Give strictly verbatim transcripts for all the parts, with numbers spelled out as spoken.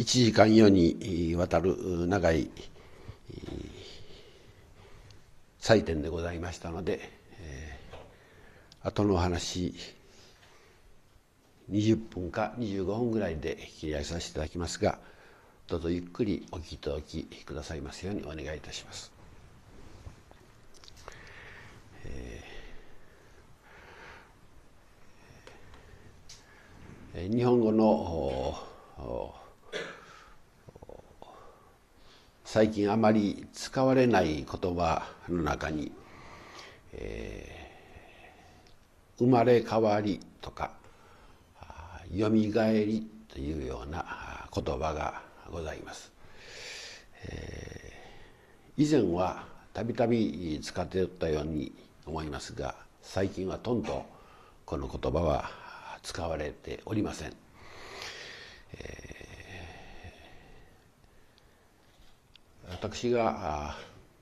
いちじかんよにわたる長い祭典でございましたので、えー、後のお話にじゅっぷんかにじゅうごふんぐらいで切り上げさせていただきますが、どうぞゆっくりお聞きいただきくださいますようにお願いいたします。えー、日本語の最近あまり使われない言葉の中に、えー、生まれ変わりとかよみがえりというような言葉がございます。えー、以前はたびたび使っておったように思いますが、最近はとんとこの言葉は使われておりません。えー私が、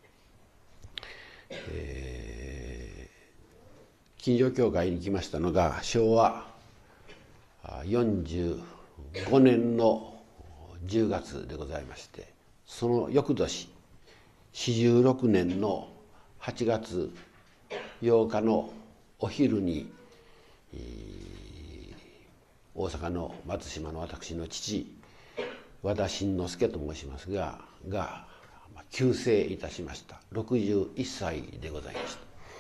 えー、金城教会に来ましたのがしょうわよんじゅうごねんのじゅうがつでございまして、その翌年よんじゅうろくねんのはちがつようかのお昼に、えー、大阪の松島の私の父和田慎之介と申しますがが急逝いたしました。ろくじゅういっさいでございました。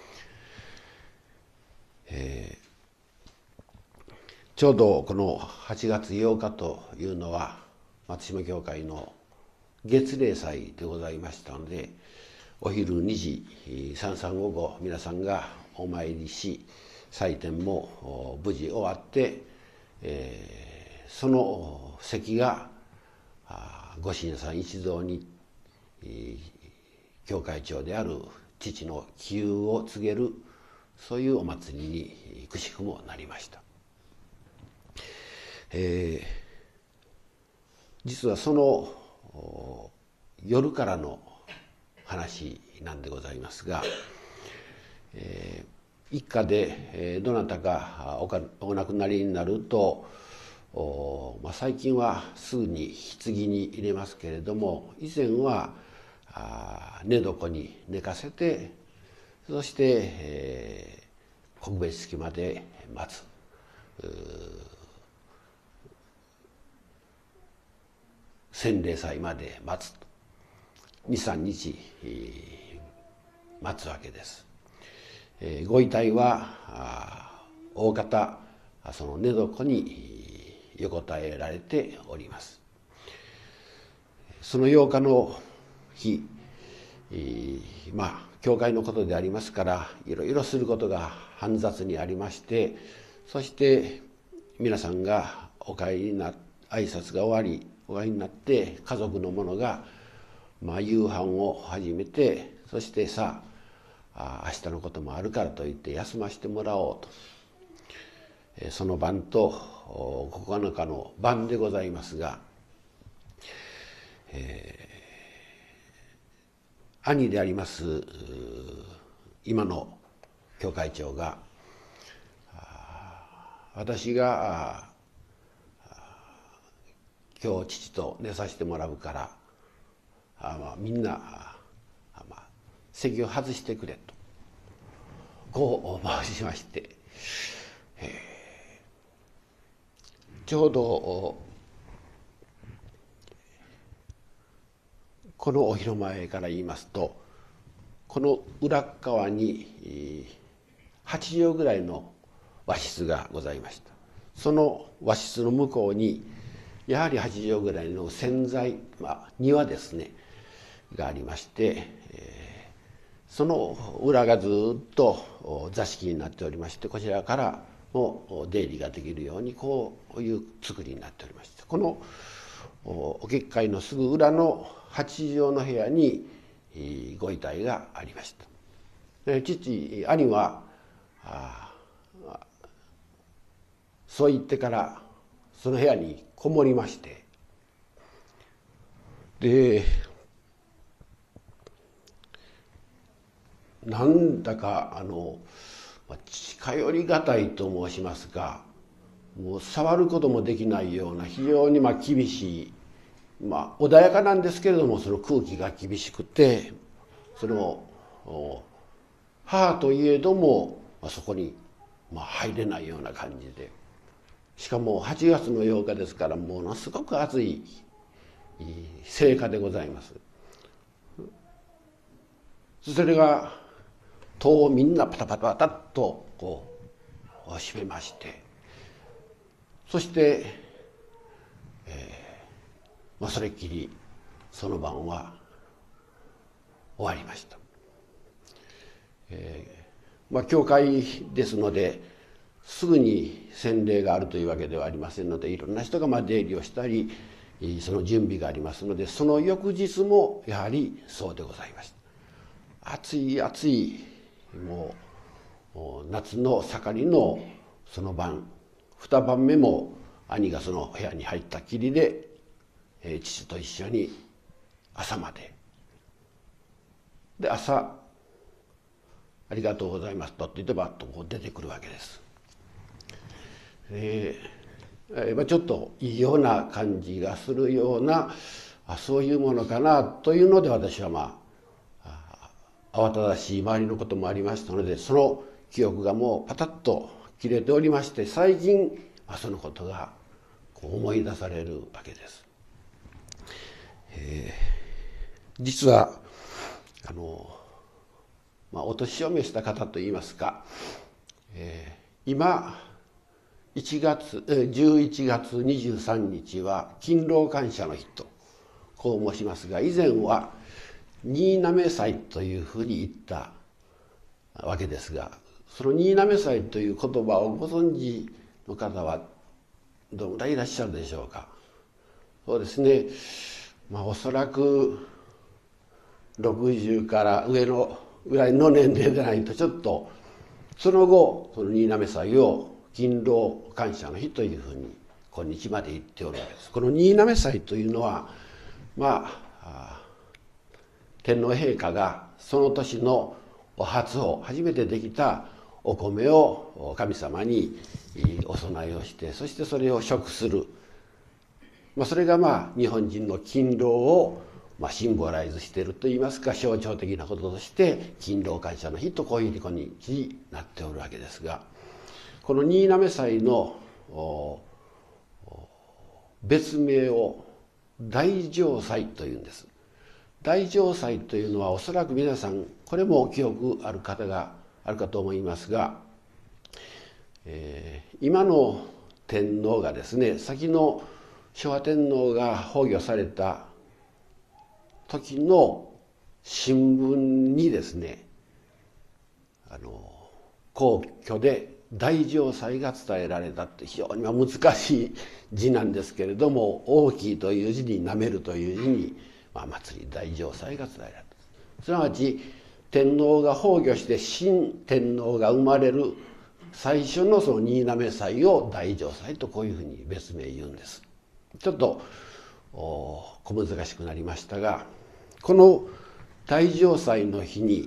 えー、ちょうどこのはちがつようかというのは松島教会の月例祭でございましたので、お昼にじさんさんごご皆さんがお参りし、祭典も無事終わって、えー、その席がご神さん一同に教会長である父の帰遊を告げる、そういうお祭りにくしくもなりました。えー、実はその夜からの話なんでございますが、えー、一家で、えー、どなたか お, かお亡くなりになると、まあ、最近はすぐに棺に入れますけれども、以前はあ寝床に寝かせて、そして、えー、告別式まで待つ、洗礼祭まで待つとにさんにち、えー、待つわけです。えー、ご遺体は大方その寝床に横たえられております。そのようかの日、えー、まあ教会のことでありますからいろいろすることが煩雑にありまして、そして皆さんがお帰りにな挨拶が終わりお帰りになって家族の者が、まあ、夕飯を始めて、そしてさあ明日のこともあるからといって休ませてもらおうと、えー、その晩とここのかの晩でございますが、えー兄であります今の教会長が、私が今日父と寝させてもらうから、あ、まあ、みんな、あ、まあ、席を外してくれとこう申しまして、えー、ちょうどこのお広間から言いますと、この裏側にはちじょうぐらいの和室がございました。その和室の向こうにやはりはちじょうぐらいの洗剤、まあ、庭ですねがありまして、えー、その裏がずっと座敷になっておりまして、こちらからも出入りができるようにこういう作りになっておりまして、このお結界のすぐ裏のはちじょうの部屋にご遺体がありました。父兄はあそう言ってからその部屋にこもりまして、でなんだかあの近寄りがたいと申しますか、もう触ることもできないような非常にまあ厳しいまあ穏やかなんですけれども、その空気が厳しくて、その母といえども、まあ、そこにまあ入れないような感じで、しかもはちがつのようかですから、ものすごく暑い盛夏でございます。それが戸をみんなパタパタパタッとこう閉めまして、そして、えーまあ、それっきりその晩は終わりました。えーまあ、教会ですのですぐに洗礼があるというわけではありませんので、いろんな人がまあ出入りをしたり、その準備がありますので、その翌日もやはりそうでございました。暑い暑いもう夏の盛りのその晩、二晩目も兄がその部屋に入ったきりで、えー、父と一緒に朝までで、朝「ありがとうございます」と言ってバッとこう出てくるわけです。えーまあ、ちょっと異様な感じがするような、あそういうものかなというので、私はまあ慌ただしい周りのこともありましたので、その記憶がもうパタッと切れておりまして、最近そのことがこう思い出されるわけです。えー、実はあの、まあ、お年を召した方といいますか、えー、今いちがつじゅういちがつにじゅうさんにちは勤労感謝の日とこう申しますが、以前は新嘗祭というふうに言ったわけですが、その新嘗祭という言葉をご存知の方はどのぐらいいらっしゃるでしょうか。そうですね、まあおそらくろくじゅうから上のぐらいの年齢でないと、ちょっとその後その新嘗祭を勤労感謝の日というふうに今日まで言っておるわけです。この新嘗祭というのは、まあ天皇陛下がその年のお初を初めてできたお米を神様にお供えをして、そしてそれを食する、まあ、それがまあ日本人の勤労をまあシンボライズしているといいますか、象徴的なこととして勤労感謝の日とこういうふうに今日になっておるわけですが、この新嘗祭の別名を大嘗祭というんです。大嘗祭というのはおそらく皆さんこれも記憶ある方があるかと思いますが、えー、今の天皇がですね、先の昭和天皇が崩御された時の新聞にですね、あの皇居で大嘗祭が伝えられたって非常に難しい字なんですけれども、大きいという字になめるという字に、まあ、祭り大嘗祭が伝えられた。すなわち天皇が崩御して新天皇が生まれる最初のその新嘗祭を大嘗祭とこういうふうに別名言うんです。ちょっと小難しくなりましたが、この大嘗祭の日に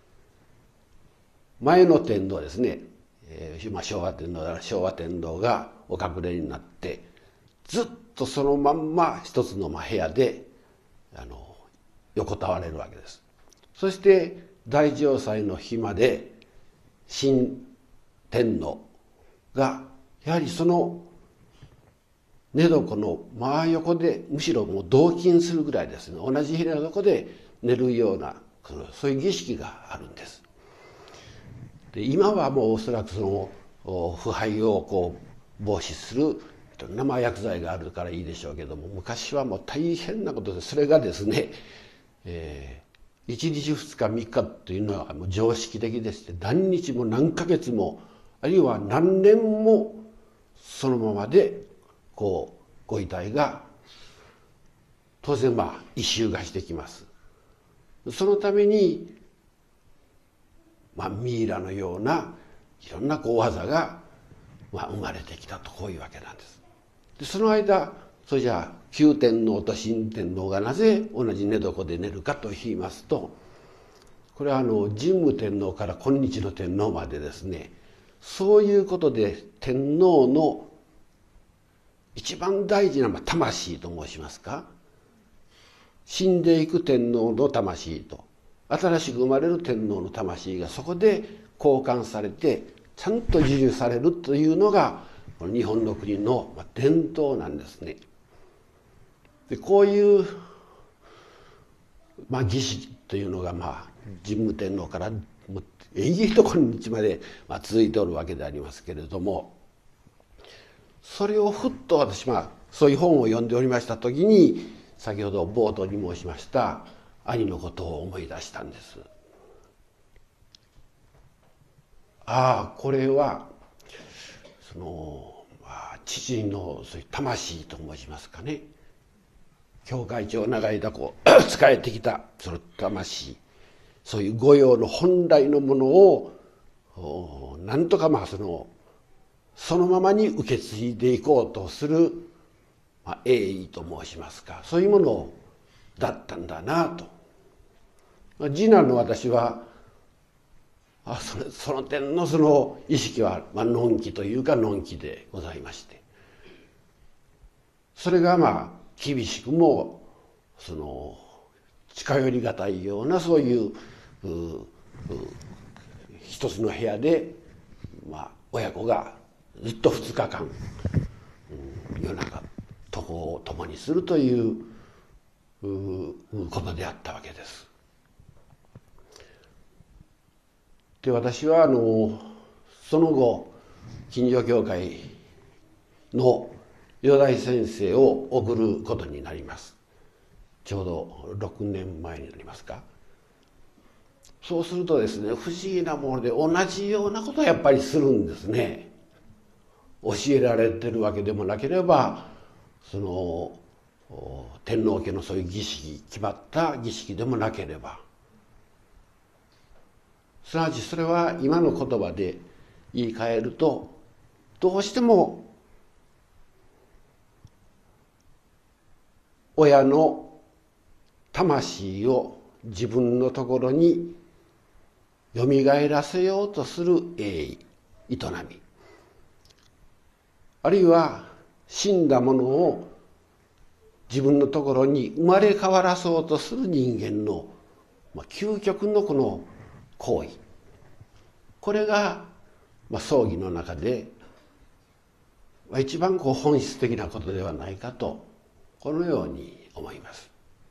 前の天皇ですね、えーまあ、昭和天皇なら昭和天皇がお隠れになって、ずっとそのまんま一つの部屋であの横たわれるわけです。そして大嘗祭の日まで新天皇がやはりその寝床の真横で、むしろもう同衾するぐらいですね、同じ寝床で寝るようなそういう儀式があるんです。で今はもうおそらくその腐敗をこう防止するいろんなまあ薬剤があるからいいでしょうけども、昔はもう大変なことで、それがですね、えー、いちにちふつかみっかというのはもう常識的でして、何日も何ヶ月もあるいは何年もそのままでこうご遺体が当然まあ異臭がしてきます。そのためにまあミイラのようないろんなこう技がまあ生まれてきたと、こういうわけなんです。でその間、それじゃあ旧天皇と新天皇がなぜ同じ寝床で寝るかと言いますと、これはあの神武天皇から今日の天皇までですね、そういうことで天皇の一番大事な、まあ、魂と申しますか、 死んでいく天皇の魂と新しく生まれる天皇の魂がそこで交換されてちゃんと授受されるというのが日本の国の伝統なんですね。でこういう、まあ、儀式というのが、まあ、神武天皇から永遠と今日まで、まあ、続いておるわけでありますけれども、それをふっと私はそういう本を読んでおりました時に先ほど冒頭に申しました兄のことを思い出したんです。ああこれはその、まあ、父のそういう魂と申しますかね、教会長長い間こう仕えてきたその魂、そういう御用の本来のものをなんとかまあそのそのままに受け継いでいこうとする、まあ、栄意と申しますか、そういうものだったんだなと。次男の私はあ そ, れその点のその意識は、まあのんきというかのんきでございまして、それがまあ厳しくもその近寄りがたいようなそういう一つの部屋で、まあ、親子がずっとふつかかん、うん、夜中途方を共にするということであったわけです。で私はあのその後金城教会の四代先生を送ることになります。ちょうどろくねんまえになりますか。そうするとですね、不思議なもので同じようなことをやっぱりするんですね。教えられてるわけでもなければその天皇家のそういう儀式、決まった儀式でもなければ、すなわちそれは今の言葉で言い換えると、どうしても親の魂を自分のところによみがえらせようとする栄意、営み、あるいは死んだものを自分のところに生まれ変わらそうとする人間の、まあ、究極のこの行為、これが、まあ、葬儀の中で、まあ、一番こう本質的なことではないかとこのように思います。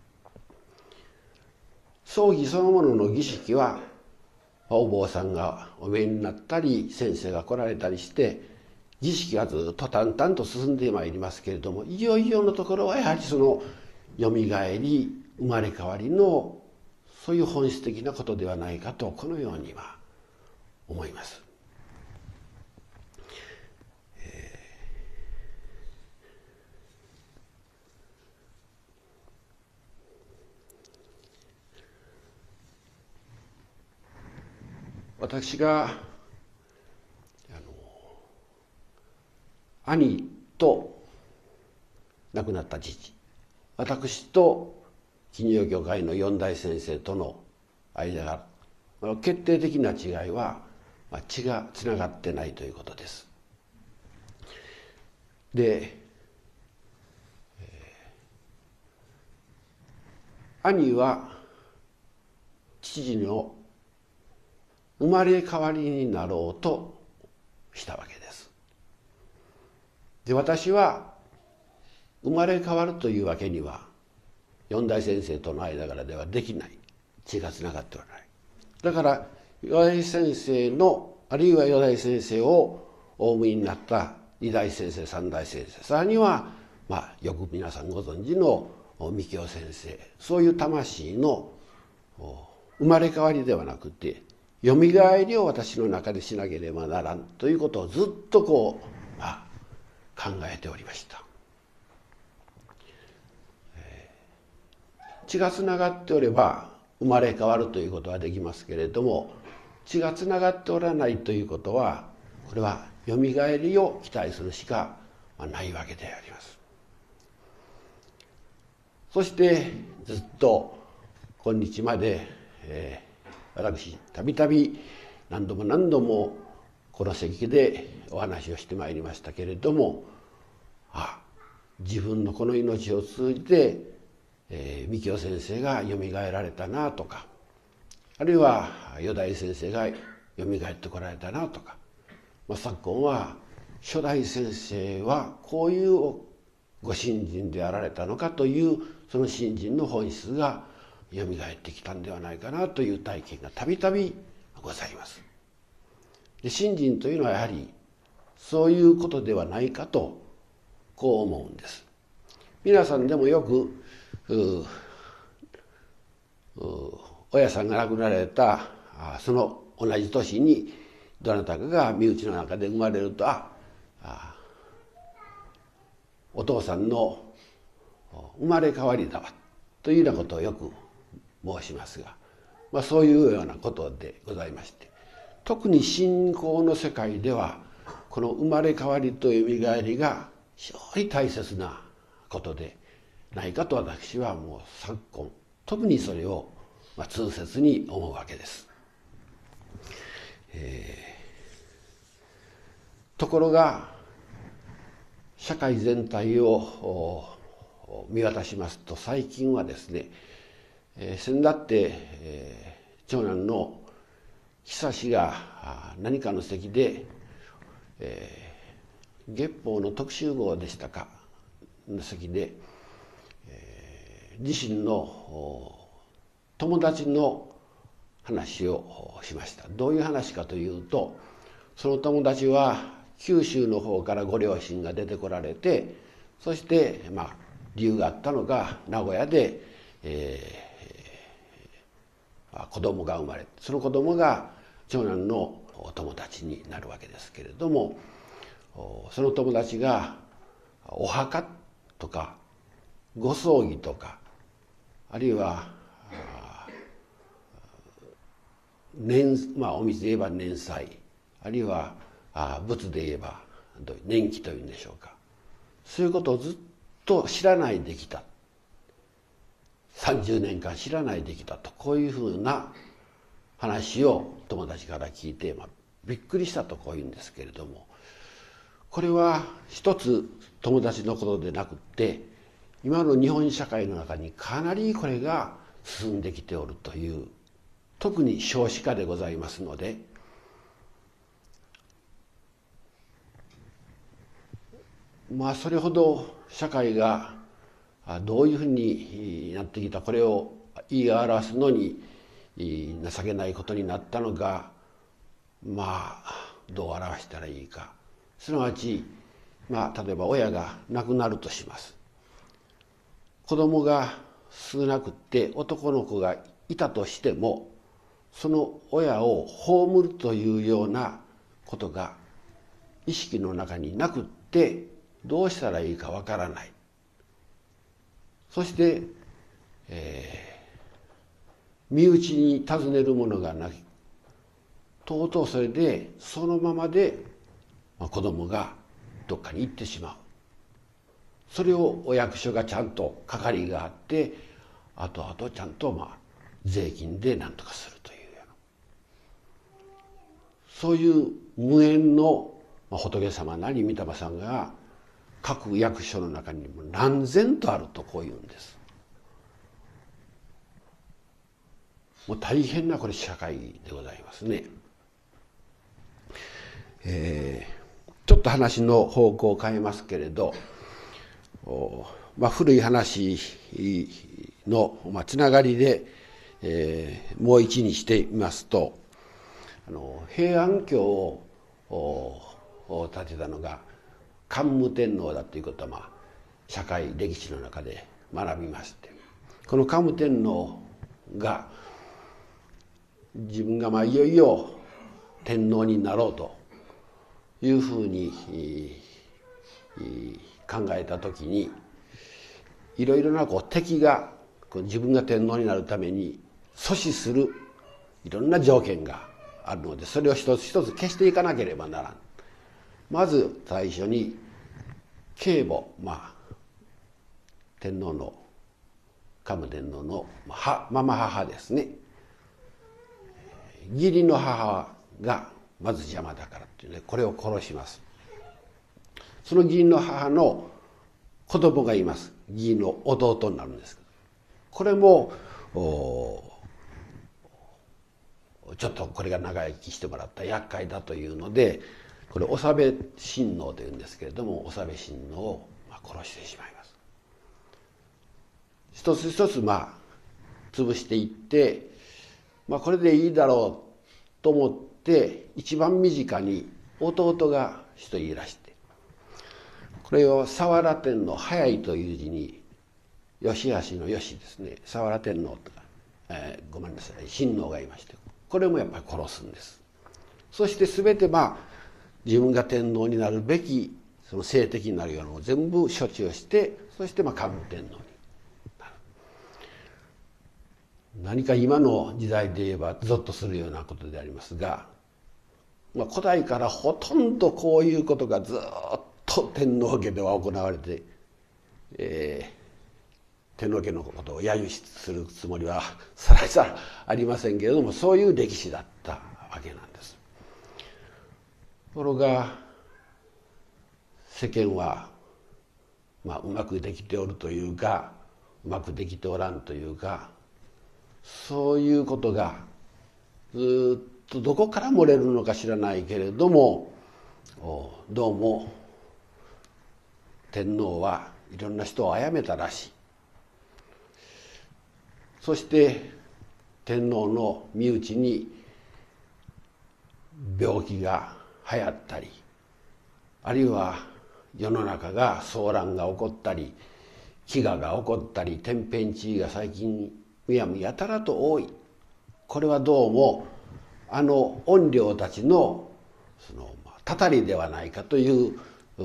葬儀そのものの儀式はお坊さんがお見えになったり先生が来られたりして儀式がずっと淡々と進んでまいりますけれども、いよいよのところはやはりそのよみがえり生まれ変わりのそういう本質的なことではないかとこのようには思います。私があの兄と亡くなった父、私と金城教会の四代先生との間が決定的な違いは血がつながってないということです。で、兄は父の生まれ変わりになろうとしたわけです。で私は生まれ変わるというわけには四代先生との間柄ではできない、血がつながってはない。だから四代先生のあるいは四代先生をお産みになった二代先生三代先生、さらにはまあよく皆さんご存知の三京先生、そういう魂の生まれ変わりではなくてよみがえりを私の中でしなければならんということをずっとこう、まあ、考えておりました。血がつながっておれば生まれ変わるということはできますけれども、血がつながっておらないということはこれはよみがえりを期待するしかないわけであります。そしてずっと今日まで、えー私たびたび何度も何度もこの席でお話をしてまいりましたけれども、あ自分のこの命を通じてえー、三京先生がよみがえられたなとか、あるいは四代先生がよみがえってこられたなとか、まあ、昨今は初代先生はこういうご信心であられたのかというその信心の本質がよみがえってきたんではないかなという体験がたびたびございます。で、信心というのはやはりそういうことではないかとこう思うんです。皆さんでもよく親さんが亡くなられたその同じ年にどなたかが身内の中で生まれると、ああお父さんの生まれ変わりだわというようなことをよく申しますが、まあ、そういうようなことでございまして、特に信仰の世界ではこの生まれ変わりとよみがえりが非常に大切なことでないかと私はもう昨今特にそれをまあ痛切に思うわけです。えー、ところが社会全体を見渡しますと、最近はですね、えー、先だって、えー、長男の久氏が何かの席で、えー、月報の特集号でしたかの席で、えー、自身の友達の話をしました。どういう話かというと、その友達は九州の方からご両親が出てこられて、そしてまあ理由があったのか名古屋で、えー、子供が生まれ、その子供が長男のお友達になるわけですけれども、その友達がお墓とかご葬儀とか、あるいは年、まあお水で言えば年祭、あるいはあ仏で言えば年期というんでしょうか、そういうことをずっと知らないできた、さんじゅうねんかん知らないできたと、こういうふうな話を友達から聞いて、まあ、びっくりしたとこう言うんですけれども、これは一つ友達のことでなくって、今の日本社会の中にかなりこれが進んできておるという、特に少子化でございますので、まあそれほど社会がどういうふうになってきた、これを言い表すのに情けないことになったのか、まあどう表したらいいか、すなわち、まあ例えば親が亡くなるとします。子供が少なくって男の子がいたとしても、その親を葬るというようなことが意識の中になくって、どうしたらいいかわからない。そして、えー、身内に尋ねるものがなく、とうとうそれでそのままで、まあ、子供がどっかに行ってしまう。それをお役所がちゃんと係があって、あとあとちゃんとまあ税金で何とかするというような、そういう無縁の仏様なり御霊さんが各役所の中にも何千とあるとこう言うんです。もう大変なこれ社会でございますね。えー、ちょっと話の方向を変えますけれど、まあ、古い話の、まあ、つながりで、えー、もう一にしてみますと、あの平安京を建てたのが桓武天皇だということは、まあ、社会歴史の中で学びまして、この桓武天皇が自分がまあいよいよ天皇になろうというふうに考えた時に、いろいろなこう敵が自分が天皇になるために阻止するいろんな条件があるので、それを一つ一つ消していかなければならん。まず最初に継母、まあ天皇の桓武天皇の母、ママ母ですね、義理の母がまず邪魔だからっていうね、これを殺します。その義理の母の子供がいます。義理の弟になるんです。 これもちょっとこれが長生きしてもらった厄介だというので、これ長部親王というんですけれども、長部親王を殺してしまいます。一つ一つまあ潰していって、まあ、これでいいだろうと思って一番身近に弟が一人いらして、これを佐原天皇、早いという字に義橋の義ですね、佐原天皇とか、えー、ごめんなさい、親王がいまして、これもやっぱり殺すんです。そして全てまあ自分が天皇になるべきその政敵になるようなのを全部処置をして、そしてまあ桓武天皇になる。何か今の時代で言えばゾッとするようなことでありますが、まあ、古代からほとんどこういうことがずっと天皇家では行われて、えー、天皇家のことを揶揄するつもりはさらさらありませんけれども、そういう歴史だったわけなんです。ところが世間は、まあ、うまくできておるというかうまくできておらんというか、そういうことがずっとどこから漏れるのか知らないけれども、どうも天皇はいろんな人を殺めたらしい。そして天皇の身内に病気が流行ったり、あるいは世の中が騒乱が起こったり、飢餓が起こったり、天変地異が最近むやみやたらと多い。これはどうもあの怨霊たちのそのたたりではないかという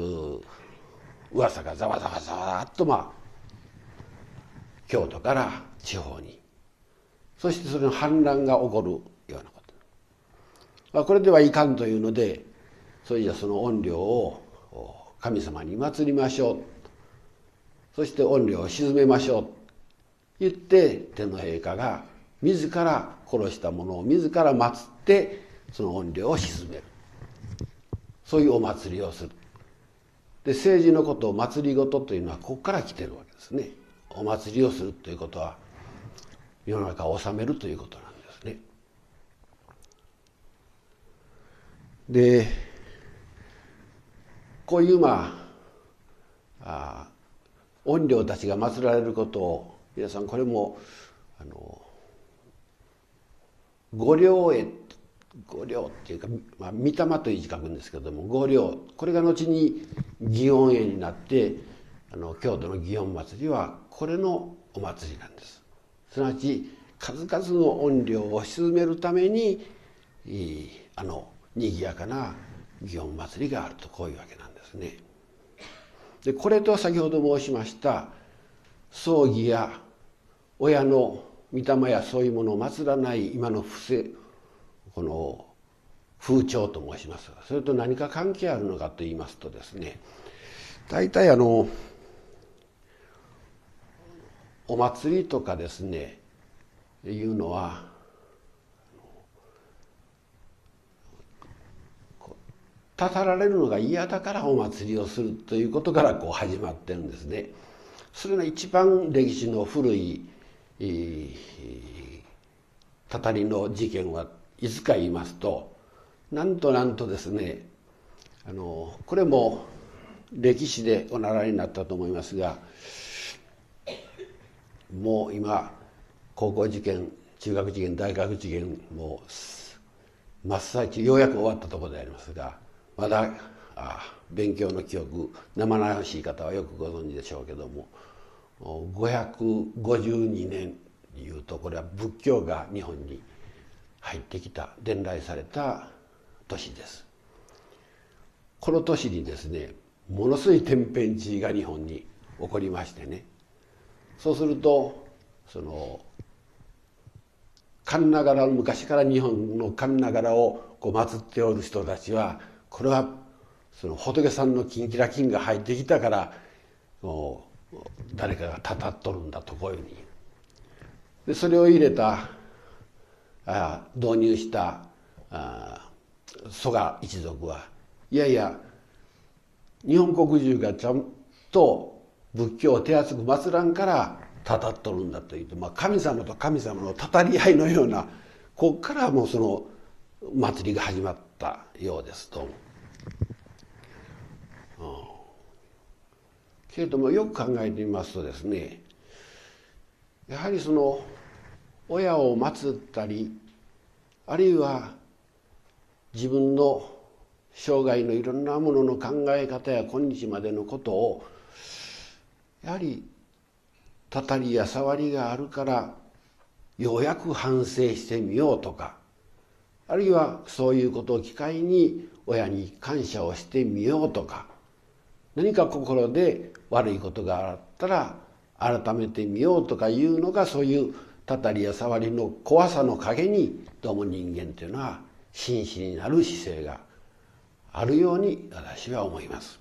噂がざわざわざわっとまあ京都から地方に、そしてそれの反乱が起こるようなこと、まあ、これではいかんというので、それじゃその怨霊を神様に祀りましょう、そして怨霊を鎮めましょうと言って天皇陛下が自ら殺した者を自ら祀ってその怨霊を鎮める、そういうお祭りをする。で政治のことを祭りごとというのはここから来てるわけですね。お祭りをするということは世の中を治めるということなんですね。でこういうまあ怨霊たちが祀られることを皆さん、これもあの御霊絵、御霊っていうか、まあ、御霊という字書くんですけども、御霊、これが後に祇園絵になって、あの京都の祇園祭はこれのお祭りなんです。すなわち数々の怨霊を鎮めるためにあのにぎやかな祇園祭があると、こういうわけなんですね。でこれと先ほど申しました葬儀や親の御霊やそういうものを祀らない今の不正、この風潮と申しますが、それと何か関係あるのかと言いますとですね、大体あのお祭りとかですねいうのはたたられるのが嫌だからお祭りをするということからこう始まってるんですね。それの一番歴史の古いたたりの事件はいつか言いますと、なんとなんとですね、あのこれも歴史でお習いになったと思いますが、もう今高校受験、中学受験、大学受験もう真っ最中、ようやく終わったところでありますが、まだあ勉強の記憶生々しい方はよくご存知でしょうけども、ごひゃくごじゅうにねんいうと、これは仏教が日本に入ってきた、伝来された年です。この年にですね、ものすごい天変地異が日本に起こりましてね、そうするとその神ながら、昔から日本の神ながらをこう祀っておる人たちは、これはその仏さんのキンキラキンが入ってきたから誰かがたたっとるんだと、こういうふうに。でそれを入れたあ導入したあ蘇我一族は、いやいや日本国中がちゃんと仏教を手厚く祀らんからたたっとるんだというと、まあ、神様と神様のたたり合いのような、ここからもうその祭りが始まったようですと。うん、けれどもよく考えてみますとですね、やはりその親を祀ったり、あるいは自分の生涯のいろんなものの考え方や今日までのことをやはりたたりや触りがあるからようやく反省してみようとか、あるいはそういうことを機会に親に感謝をしてみようとか、何か心で悪いことがあったら改めてみようとかいうのが、そういうたたりや触りの怖さの陰にどうも人間というのは真摯になる姿勢があるように私は思います。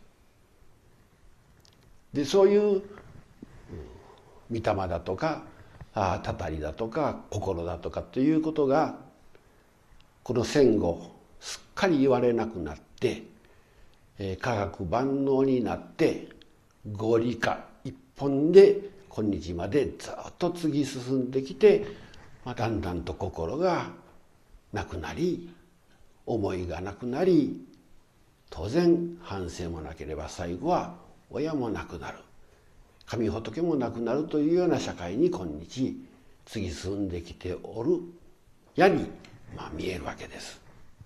でそういう御霊だとかたたりだとか心だとかということがこの戦後すっかり言われなくなって、科学万能になって合理化一本で今日までずっと突き進んできて、まあ、だんだんと心がなくなり思いがなくなり、当然反省もなければ最後は親もなくなる、神仏もなくなるというような社会に今日突き進んできておるやに、まあ、見えるわけです。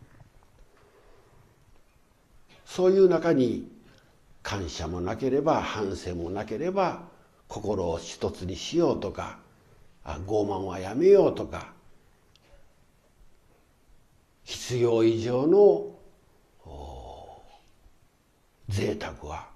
そういう中に感謝もなければ反省もなければ、心を一つにしようとか、傲慢はやめようとか、必要以上の贅沢は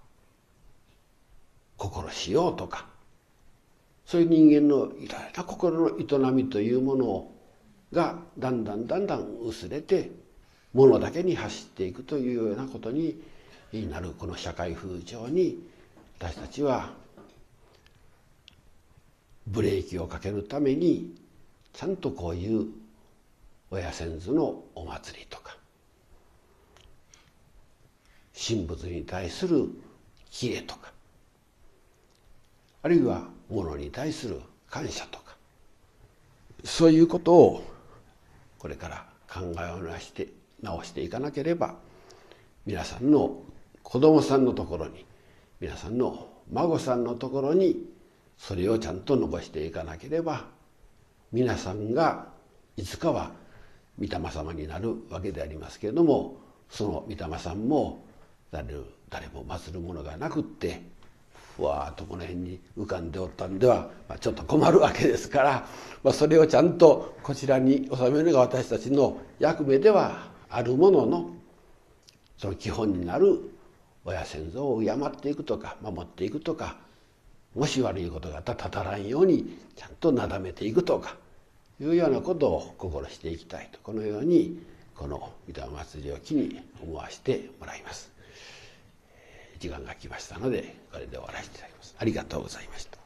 心しようとか、そういう人間のいろいろな心の営みというものがだんだんだんだん薄れて、物だけに走っていくというようなことになるこの社会風潮に、私たちはブレーキをかけるためにちゃんとこういう親先祖のお祭りとか、神仏に対する帰依とか、あるいは物に対する感謝とか、そういうことをこれから考えを直して直していかなければ、皆さんの子供さんのところに、皆さんの孫さんのところにそれをちゃんと残していかなければ、皆さんがいつかは御霊様になるわけでありますけれども、その御霊さんも誰誰も祀るものがなくってふわーっとこの辺に浮かんでおったんでは、まあ、ちょっと困るわけですから、まあ、それをちゃんとこちらに収めるのが私たちの役目ではあるものの、その基本になる親先祖を敬っていくとか守っていくとか、もし悪いことがあったらたたらんようにちゃんとなだめていくとかいうようなことを心していきたいと、このようにこの御霊祭りを機に思わせてもらいます。時間が来ましたのでこれで終わらせていただきます。ありがとうございました。